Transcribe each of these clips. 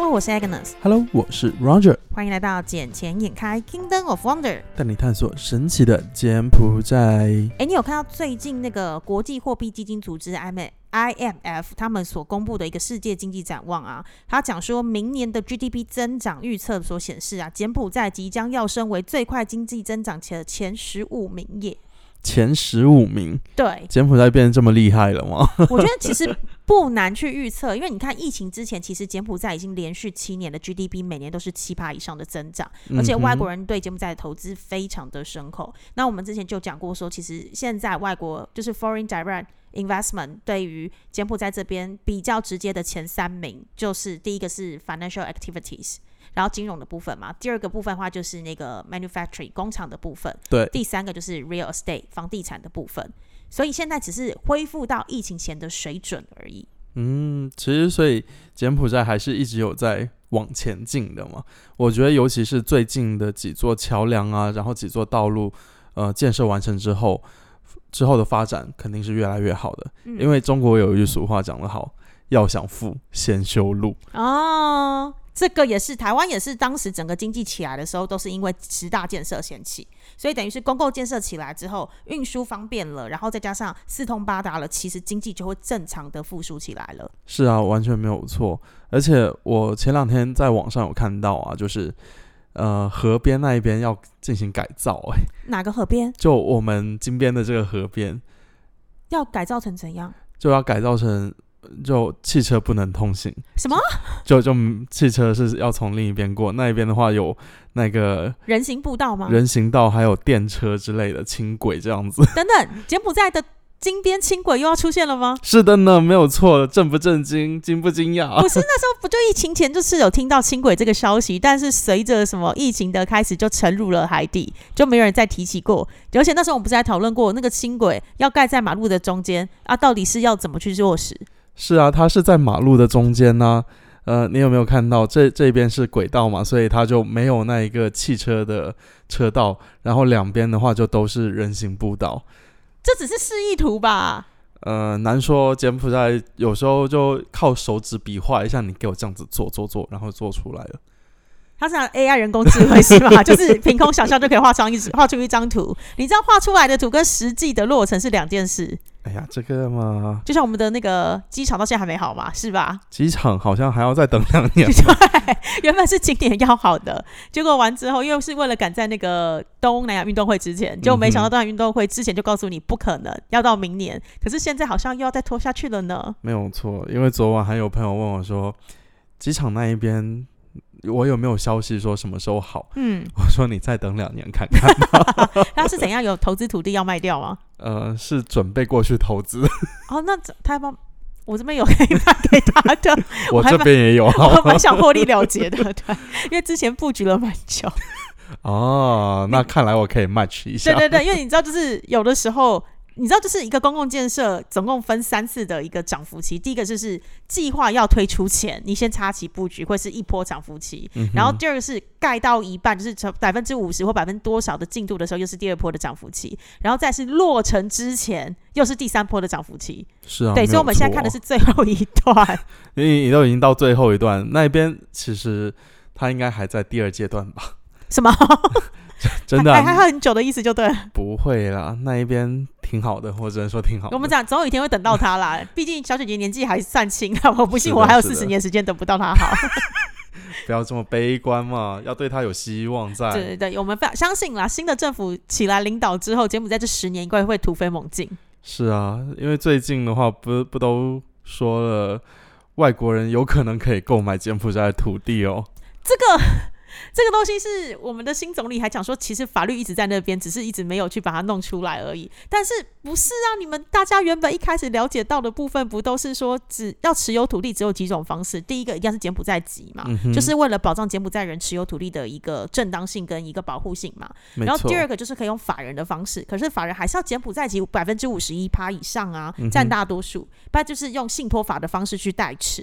Hello， 我是 Agnes。 Hello， 我是 Roger。 欢迎来到眼前眼开 Kingdom of Wonder， 带你探索神奇的柬埔寨。 你有看到最近那个国际货币基金组织 IMF 他们所公布的一个世界经济展望啊？他讲说明年的 GDP 增长预测所显示啊，柬埔寨即将要升为最快经济增长前15名耶。 前15名， 对， 柬埔寨变得这么厉害了吗？ 我觉得其实不难去预测，因为你看疫情之前，其实柬埔寨已经连续7年的 GDP 每年都是7%以上的增长，而且外国人对柬埔寨的投资非常的深厚。那我们之前就讲过说，其实现在外国就是 Foreign Direct Investment 对于柬埔寨这边比较直接的前3名，就是第一个是 Financial Activities，然后金融的部分嘛，第二个部分的话就是那个 manufacturing 工厂的部分， 对， 第三个就是 real estate 房地产的部分，所以现在只是恢复到疫情前的水准而已。 其实所以柬埔寨还是一直有在往前进的嘛。我觉得尤其是最近的几座桥梁啊，然后几座道路建设完成之后的发展肯定是越来越好的。因为中国有一句俗话讲得好，要想富先修路哦，这个也是台湾也是当时整个经济起来的时候都是因为10大建设先起，所以等于是公共建设起来之后运输方便了，然后再加上四通八达了，其实经济就会正常的复苏起来了。 是啊，完全没有错。而且我前2天在网上有看到啊，就是河边那一边要进行改造。 哪个河边？就我们金边的这个河边要改造成怎样？ 就要改造成就汽车不能通行。 什么？ 就汽车是要从另一边过，那一边的话有那个人行步道吗？ 人行道还有电车之类的轻轨这样子。 等等，柬埔寨的金边轻轨又要出现了吗？ 是的呢，没有错。震不震惊，惊不惊讶？ 不是，那时候不就疫情前就是有听到轻轨这个消息，但是随着什么疫情的开始就沉入了海底，就没有人再提起过。而且那时候我们不是还讨论过那个轻轨要盖在马路的中间啊，到底是要怎么去落实？ 是啊，它是在马路的中间啊。你有没有看到这边是轨道嘛，所以它就没有那一个汽车的车道，然后两边的话就都是人行步道。 这只是示意图吧？ 难说。柬埔寨有时候就靠手指比划一下，你给我这样子做，然后做出来了。 它是AI 人工智慧是吧？就是凭空想象就可以画出一张图。你知道画出来的图跟实际的落成是2件事。 哎呀，这个嘛， 就像我们的那个机场到现在还没好嘛，是吧？ 机场好像还要再等2年。 对，原本是今年要好的，结果完之后，因为是为了赶在那个东南亚运动会之前，结果没想到东南亚运动会之前就告诉你不可能，要到明年。可是现在好像又要再拖下去了呢。 没有错，因为昨晚还有朋友问我说，机场那一边我有没有消息说什么时候好？我说你再等2年看看吧。 他是怎样有投资土地要卖掉吗？ 是准备过去投资。 那他要我这边有可以卖给他的。 我这边也有。 我蛮想获利了结的，对，因为之前布局了蛮久。 那看来我可以 match 一下。 对，因为你知道就是有的时候你知道就是一个公共建设总共分3次的一个涨幅期，第一个就是计划要推出前你先插旗布局会是一波涨幅期，然后第二个是盖到一半就是50%或多少的进度的时候又是第2波的涨幅期，然后再是落成之前又是第3波的涨幅期。 是啊， 对，所以我们现在看的是最后一段。 你都已经到最后一段，那边其实它应该还在第2阶段吧？ 什么？ 真的还很久的意思就对了。 不会啦，那一边挺好的，我只能说挺好的。 我们讲总有一天会等到他啦，毕竟小姐姐年纪还算轻啦，我不信我还有40年时间等不到他好。 不要这么悲观嘛，要对他有希望在。 对，我们非常相信啦，新的政府起来领导之后，柬埔寨这10年应该会突飞猛进。 是啊，因为最近的话不都说了，外国人有可能可以购买柬埔寨的土地哦。 这个东西是我们的新总理还讲说，其实法律一直在那边，只是一直没有去把它弄出来而已。但是不是啊？你们大家原本一开始了解到的部分，不都是说只要持有土地只有几种方式？第一个一定是柬埔寨籍嘛，就是为了保障柬埔寨人持有土地的一个正当性跟一个保护性嘛。然后第二个就是可以用法人的方式，可是法人还是要柬埔寨籍51%以上啊，占大多数，不然就是用信托法的方式去代持。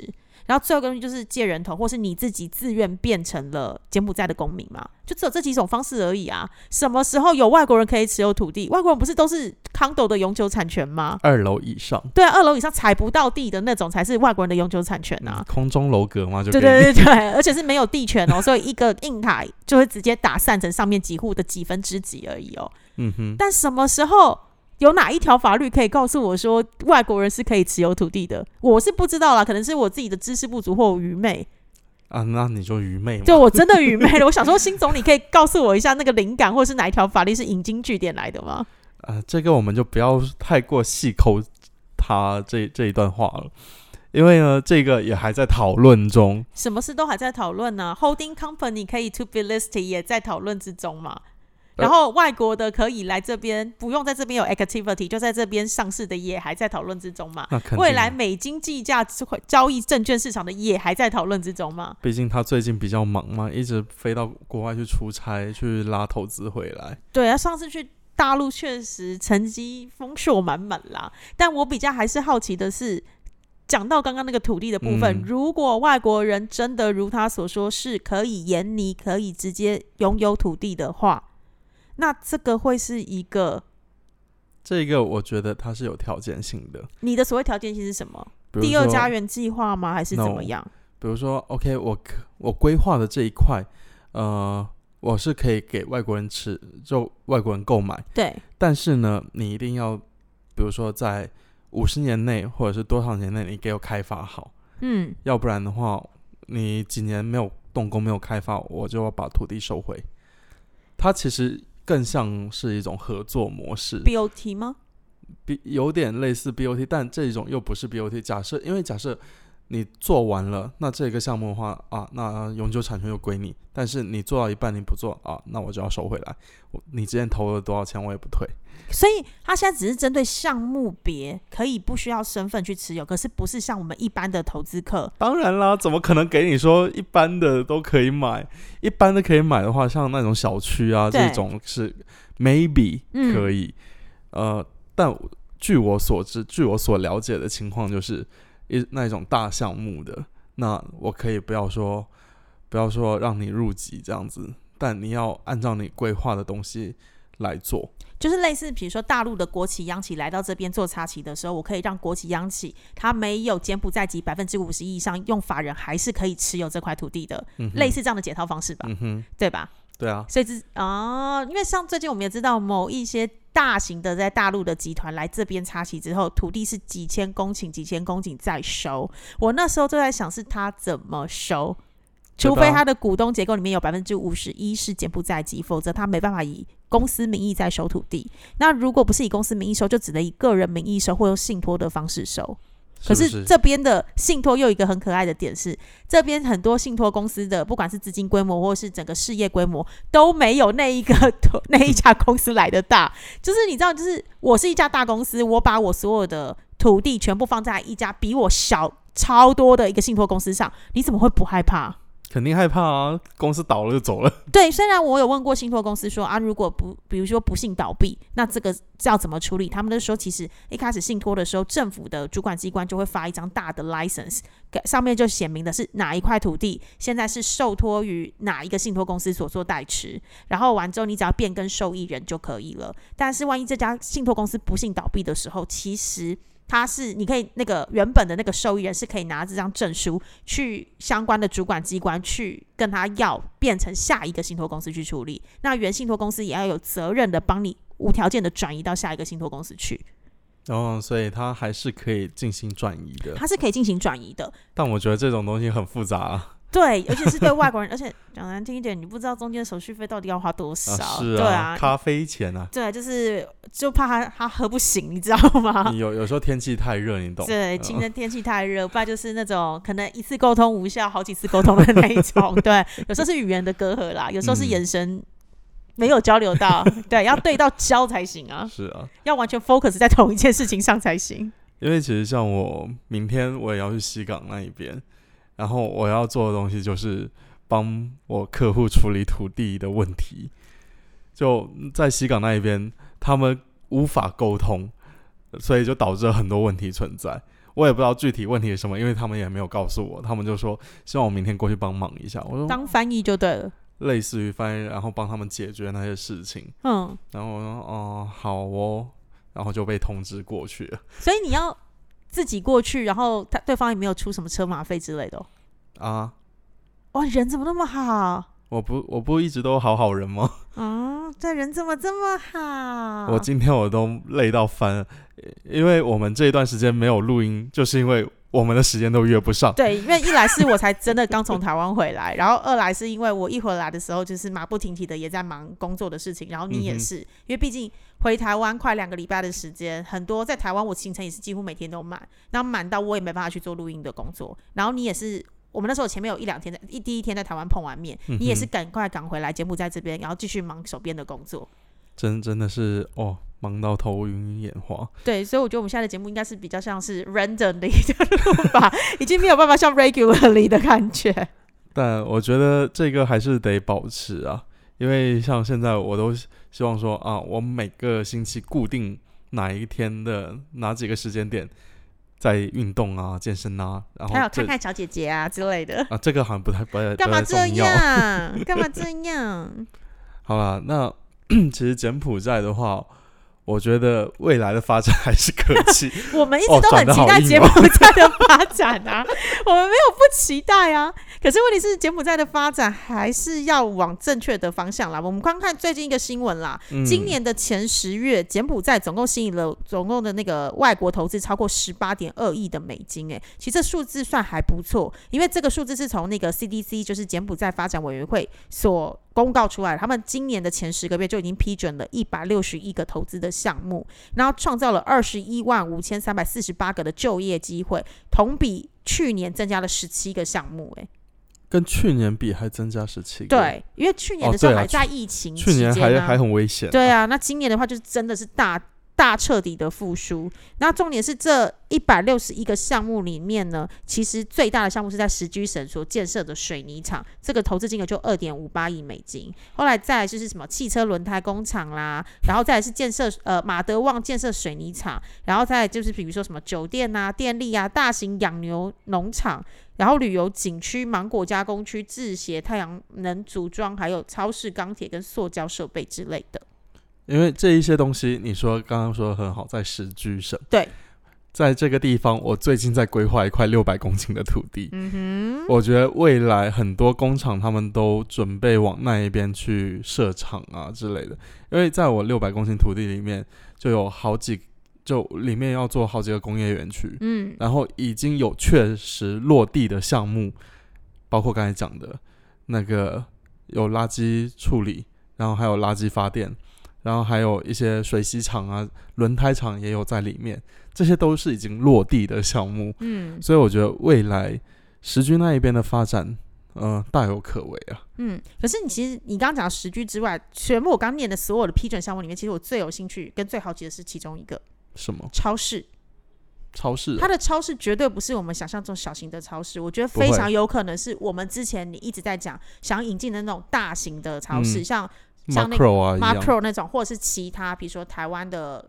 然后最后一个东西就是借人头，或是你自己自愿变成了柬埔寨的公民嘛，就只有这几种方式而已啊。什么时候有外国人可以持有土地？外国人不是都是 condo 的永久产权吗 ？2楼以上， 对啊，2楼以上踩不到地的那种才是外国人的永久产权啊。 空中楼阁嘛，就对对对对，而且是没有地权哦，所以一个硬卡就会直接打散成上面几户的几分之几而已哦。但什么时候有哪一条法律可以告诉我说外国人是可以持有土地的？我是不知道啦，可能是我自己的知识不足或愚昧啊。那你就愚昧嘛？ 就我真的愚昧了。我想说，辛总，你可以告诉我一下那个灵感，或是哪一条法律是引经据典来的吗？ 这个我们就不要太过细抠他这一段话了，因为呢，这个也还在讨论中。 什么事都还在讨论呢 ？Holding company 可以 to be listed 也在讨论之中嘛。然后外国的可以来这边，不用在这边有 activity， 就在这边上市的也还在讨论之中嘛。未来美金计价交易证券市场的也还在讨论之中嘛。 毕竟他最近比较忙嘛，一直飞到国外去出差，去拉投资回来。 对啊，上次去大陆确实成绩丰硕满满啦。但我比较还是好奇的是，讲到刚刚那个土地的部分，如果外国人真的如他所说是可以沿泥可以直接拥有土地的话，那这个会是一个， 这个我觉得它是有条件性的。 你的所谓条件性是什么？第二家园计划吗？还是怎么样？ 比如说 OK， 我规划的这一块我是可以给外国人就外国人购买， 对。 但是呢，你一定要比如说在50年内或者是多少年内你给我开发好，要不然的话你几年没有动工没有开发，我就要把土地收回。它其实更像是一种合作模式 BOT 吗？ 有点类似 BOT， 但这种又不是 BOT。因为假设你做完了，那这个项目的话那永久产权又归你，但是你做到一半你不做那我就要收回来，你之前投了多少钱我也不退。 所以他现在只是针对项目别可以不需要身份去持有，可是不是像我们一般的投资客。 当然啦，怎么可能给你说一般的都可以买？一般的可以买的话，像那种小区这种是 maybe 可以，但据我所知，据我所了解的情况就是那种大项目的，那我可以不要说让你入籍这样子，但你要按照你规划的东西来做。 就是类似比如说大陆的国企央企来到这边做插旗的时候，我可以让国企央企它没有柬埔寨籍50%以上用法人还是可以持有这块土地的，类似这样的解套方式吧，对吧？ 对啊。 所以因为像最近我们也知道某一些大型的在大陆的集团来这边插旗之后，土地是几千公顷在收。我那时候就在想是他怎么收，除非他的股东结构里面有51%是柬埔寨籍，否则他没办法以公司名义在收土地。那如果不是以公司名义收，就只能以个人名义收或用信托的方式收。可是这边的信托又有一个很可爱的点是，这边很多信托公司的不管是资金规模或是整个事业规模都没有那一家公司来的大。就是你知道，就是我是一家大公司，我把我所有的土地全部放在一家比我小超多的一个信托公司上，你怎么会不害怕？ 肯定害怕啊，公司倒了就走了。 对，虽然我有问过信托公司说如果比如说不幸倒闭，那这个要怎么处理？他们就说，其实一开始信托的时候，政府的主管机关就会发一张大的 license， 上面就写明的是哪一块土地现在是受托于哪一个信托公司所做代持，然后完之后你只要变更受益人就可以了。但是万一这家信托公司不幸倒闭的时候，其实你可以那个原本的那个受益人是可以拿这张证书去相关的主管机关去跟他要变成下一个信托公司去处理，那原信托公司也要有责任的帮你无条件的转移到下一个信托公司去。 所以它还是可以进行转移的。 它是可以进行转移的， 但我觉得这种东西很复杂对，而且是对外国人，而且讲难听一点，你不知道中间的手续费到底要花多少。 是啊， 对啊， 咖啡钱啊。 对，就怕他喝不醒，你知道吗？ 有时候天气太热，你懂。 对，今天天气太热，不然就是那种可能一次沟通无效，好几次沟通的那一种。对，有时候是语言的隔阂啦，有时候是眼神没有交流到，对，要对到焦才行啊。 是啊， 要完全 focus 在同一件事情上才行。 因为其实像我明天我也要去西港那一边。然后我要做的东西就是帮我客户处理土地的问题，就在西港那一边他们无法沟通，所以就导致了很多问题存在。 我也不知道具体问题是什么，因为他们也没有告诉我，他们就说希望我明天过去帮忙一下。我说当翻译就对了， 类似于翻译，然后帮他们解决那些事情。然后我说哦好哦，然后就被通知过去了。 所以你要自己过去，然后对方也没有出什么车马费之类的啊？ 哇，人怎么那么好？ 我不一直都好人吗？ 这人怎么这么好？ 我今天我都累到翻了，因为我们这一段时间没有录音，就是因为我们的时间都约不上。 对，因为一来是我才真的刚从台湾回来，然后二来是因为我一回来的时候就是马不停蹄的也在忙工作的事情，然后你也是，因为毕竟回台湾快2个礼拜的时间，很多在台湾我行程也是几乎每天都满，然后满到我也没办法去做录音的工作，然后你也是。我们那时候前面有1-2天第一天在台湾碰完面，你也是赶快赶回来柬埔寨这边，然后继续忙手边的工作。真的是忙到头晕眼花。 对，所以我觉得我们现在的节目应该是比较像是 random 的一个录法，已经没有办法像 regularly 的感觉。 但我觉得这个还是得保持啊，因为像现在我都希望说我每个星期固定哪一天的哪几个时间点在运动啊、健身啊，然后还有看看小姐姐啊之类的这个好像不太干嘛这样？干嘛这样？ 好啦，那其实柬埔寨的话，我觉得未来的发展还是可期。 我们一直都很期待柬埔寨的发展啊，我们没有不期待啊。可是问题是，柬埔寨的发展还是要往正确的方向啦。我们看看最近一个新闻啦，今年的前10月，柬埔寨总共吸引了总共的那个外国投资超过18.2亿的美金。其实这数字算还不错，因为这个数字是从那个 CDC 就是柬埔寨发展委员会所公告出来，他们今年的前10个月就已经批准了160亿个投资的项目，然后创造了215348个的就业机会，同比去年增加了17个项目。 跟去年比还增加17个。 对，因为去年的时候还在疫情期间去年还很危险。 对啊，那今年的话就真的是大彻底的复苏。那重点是这161个项目里面呢，其实最大的项目是在石居省所建设的水泥厂，这个投资金额就2.58亿美金。后来再来就是什么汽车轮胎工厂啦，然后再来是建设马德旺建设水泥厂，然后再来就是比如说什么酒店啊、电力啊、大型养牛农场，然后旅游景区、芒果加工区、制鞋、太阳能组装，还有超市、钢铁跟塑胶设备之类的。 因为这一些东西你说刚刚说很好，在石居省。 对， 在这个地方我最近在规划一块600公顷的土地。我觉得未来很多工厂他们都准备往那一边去设厂啊之类的，因为在我600公顷土地里面就有就里面要做好几个工业园区。然后已经有确实落地的项目，包括刚才讲的那个有垃圾处理，然后还有垃圾发电，然后还有一些水洗厂啊、轮胎厂也有在里面，这些都是已经落地的项目。所以我觉得未来石居那一边的发展大有可为啊。 可是其实你刚刚讲石居之外，全部我刚念的所有的批准项目里面，其实我最有兴趣跟最好奇的是其中一个。 什么？ 超市。它的超市绝对不是我们想象中小型的超市，我觉得非常有可能是我们之前你一直在讲想引进的那种大型的超市，像那个 Macro 那种，或者是其他比如说台湾的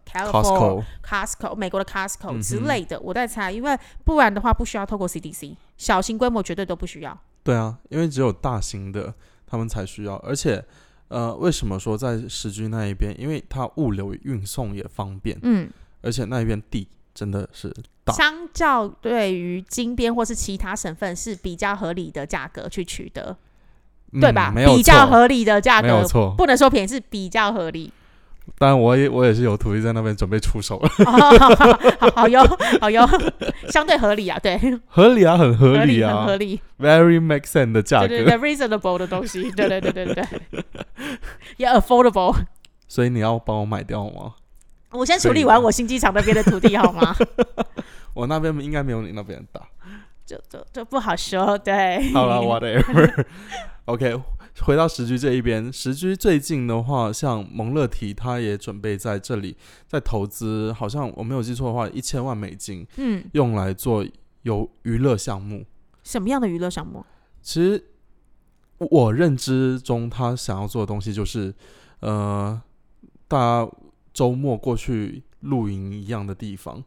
Costco、美国的 Costco 之类的。我在猜，因为不然的话不需要透过 CDC， 小型规模绝对都不需要。 对啊，因为只有大型的他们才需要，而且为什么说在石居那一边？因为它物流运送也方便。而且那一边地真的是大， 相较对于金边或是其他省份是比较合理的价格去取得，对吧？比较合理的价格， 没有错， 不能说便宜，是比较合理。 当然我也是有土地在那边准备出手了。 好哟，相对合理啊，对， 合理啊，很合理啊， 很合理 ，very make sense 的价格， 对 reasonable 的东西，对，也 affordable。 所以你要帮我买掉吗？ 我先处理完我新机场那边的土地好吗？ 我那边应该没有你那边大， 就不好说。对， 好了 ，whatever。OK， 回到石居这一边，石居最近的话，像蒙乐提，他也准备在这里再投资，好像我没有记错的话，1000万美金，用来做有娱乐项目。 什么样的娱乐项目？ 其实我认知中，他想要做的东西就是，大家周末过去露营一样的地方，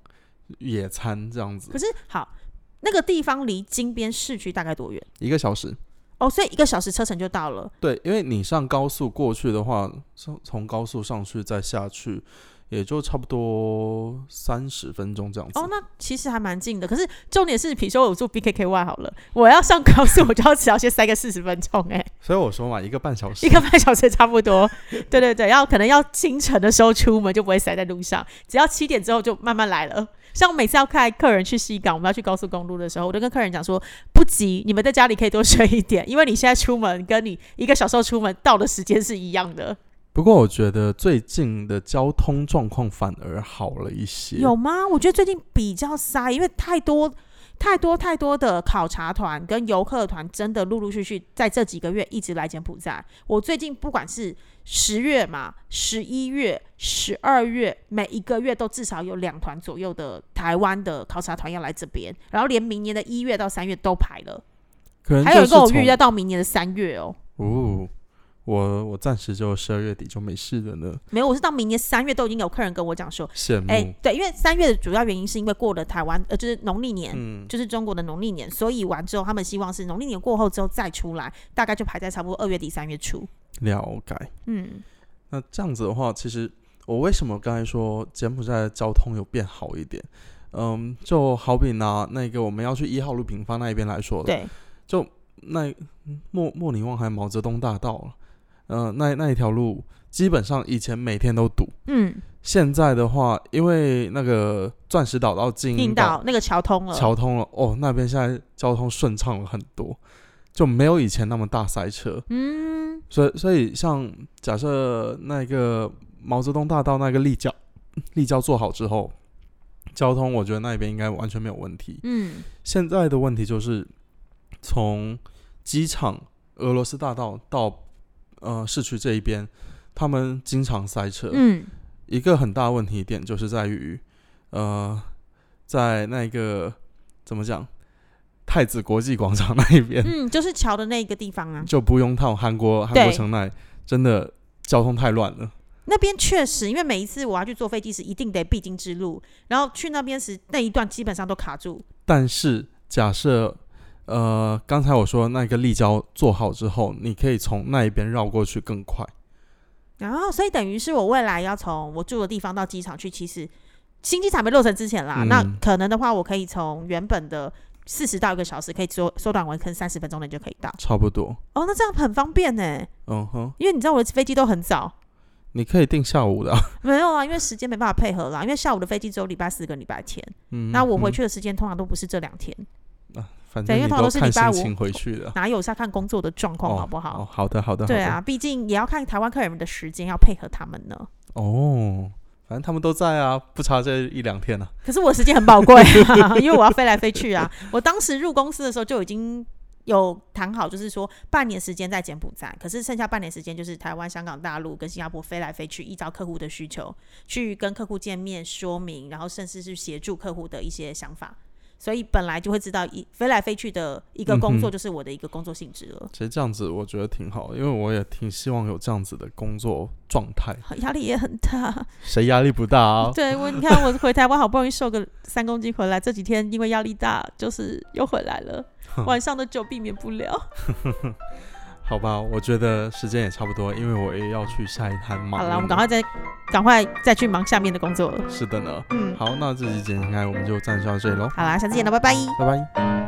野餐这样子。 可是好，那个地方离金边市区大概多远 ？1个小时。 哦，所以1个小时车程就到了。 对，因为你上高速过去的话，从高速上去再下去，也就差不多30分钟这样子。 哦，那其实还蛮近的。可是重点是，比如说我住 BKKY 好了，我要上高速，我就要只要先塞个40分钟所以我说嘛，1个半小时， 差不多。对对对，可能要清晨的时候出门就不会塞在路上，只要7点之后就慢慢来了。像我每次要开客人去西港，我们要去高速公路的时候，我就跟客人讲说，不急，你们在家里可以多睡一点，因为你现在出门跟你1个小时后出门到的时间是一样的。 不过我觉得最近的交通状况反而好了一些。 有吗？我觉得最近比较塞，因为太多的考察团跟游客团真的陆陆续续在这几个月一直来柬埔寨。我最近不管是10月嘛、11月、12月，每一个月都至少有2团左右的台湾的考察团要来这边，然后连明年的1月到3月都排了， 可能还有一个我预约到明年的3月哦。 我暂时就12月底就没事了呢。 没有，我是到明年3月都已经有客人跟我讲说， 羡慕。 对，因为3月的主要原因是因为过了台湾就是农历年，就是中国的农历年，所以完之后他们希望是农历年过后之后再出来，大概就排在差不多2月底3月初。 了解。那这样子的话，其实我为什么刚才说柬埔寨的交通有变好一点？就好比拿那个我们要去1号路平方那一边来说的， 对， 就那莫尼旺还毛泽东大道那一条路基本上以前每天都堵，现在的话，因为那个钻石岛到金银岛那个桥通了哦，那边现在交通顺畅了很多，就没有以前那么大塞车。所以像假设那个毛泽东大道那个立交做好之后，交通我觉得那边应该完全没有问题。现在的问题就是从机场俄罗斯大道到市区这一边，他们经常塞车。一个很大的问题点就是在于在那个怎么讲，太子国际广场那一边， 就是桥的那个地方啊， 就不用到韩国城内，真的交通太乱了。 那边确实，因为每一次我要去坐飞机时，一定得必经之路，然后去那边时那一段基本上都卡住。但是假设刚才我说那个立交做好之后，你可以从那一边绕过去更快。 所以等于是我未来要从我住的地方到机场去，其实新机场没落成之前啦，那可能的话，我可以从原本的40到1个小时，可以缩短为可能30分钟内就可以到，差不多。 那这样很方便呢。因为你知道我的飞机都很早。 你可以订下午的没有啊，因为时间没办法配合啦，因为下午的飞机只有礼拜4跟礼拜天，那我回去的时间通常都不是这2天。 反正你都看心情回去的， 哪有是要看工作的状况好不好？ 好的。 对啊，毕竟也要看台湾客人的时间，要配合他们呢。 反正他们都在啊，不差这1-2天啊。 可是我的时间很宝贵因为我要飞来飞去啊。我当时入公司的时候就已经有谈好，就是说半年时间在柬埔寨，可是剩下半年时间就是台湾、香港、大陆跟新加坡飞来飞去，依照客户的需求去跟客户见面说明，然后甚至是协助客户的一些想法。所以本来就会知道飞来飞去的一个工作就是我的一个工作性质了。 其实这样子我觉得挺好，因为我也挺希望有这样子的工作状态。 压力也很大。 谁压力不大啊？ 对，你看我回台湾好不容易瘦个3公斤回来，这几天因为压力大就是又回来了晚上的酒避免不了好吧，我觉得时间也差不多，因为我也要去下一摊忙。 好了，我们赶快再去忙下面的工作了。 是的呢。好，那这期节目应该我们就暂时到这里咯。 好啦，下次见了，拜拜。 拜拜。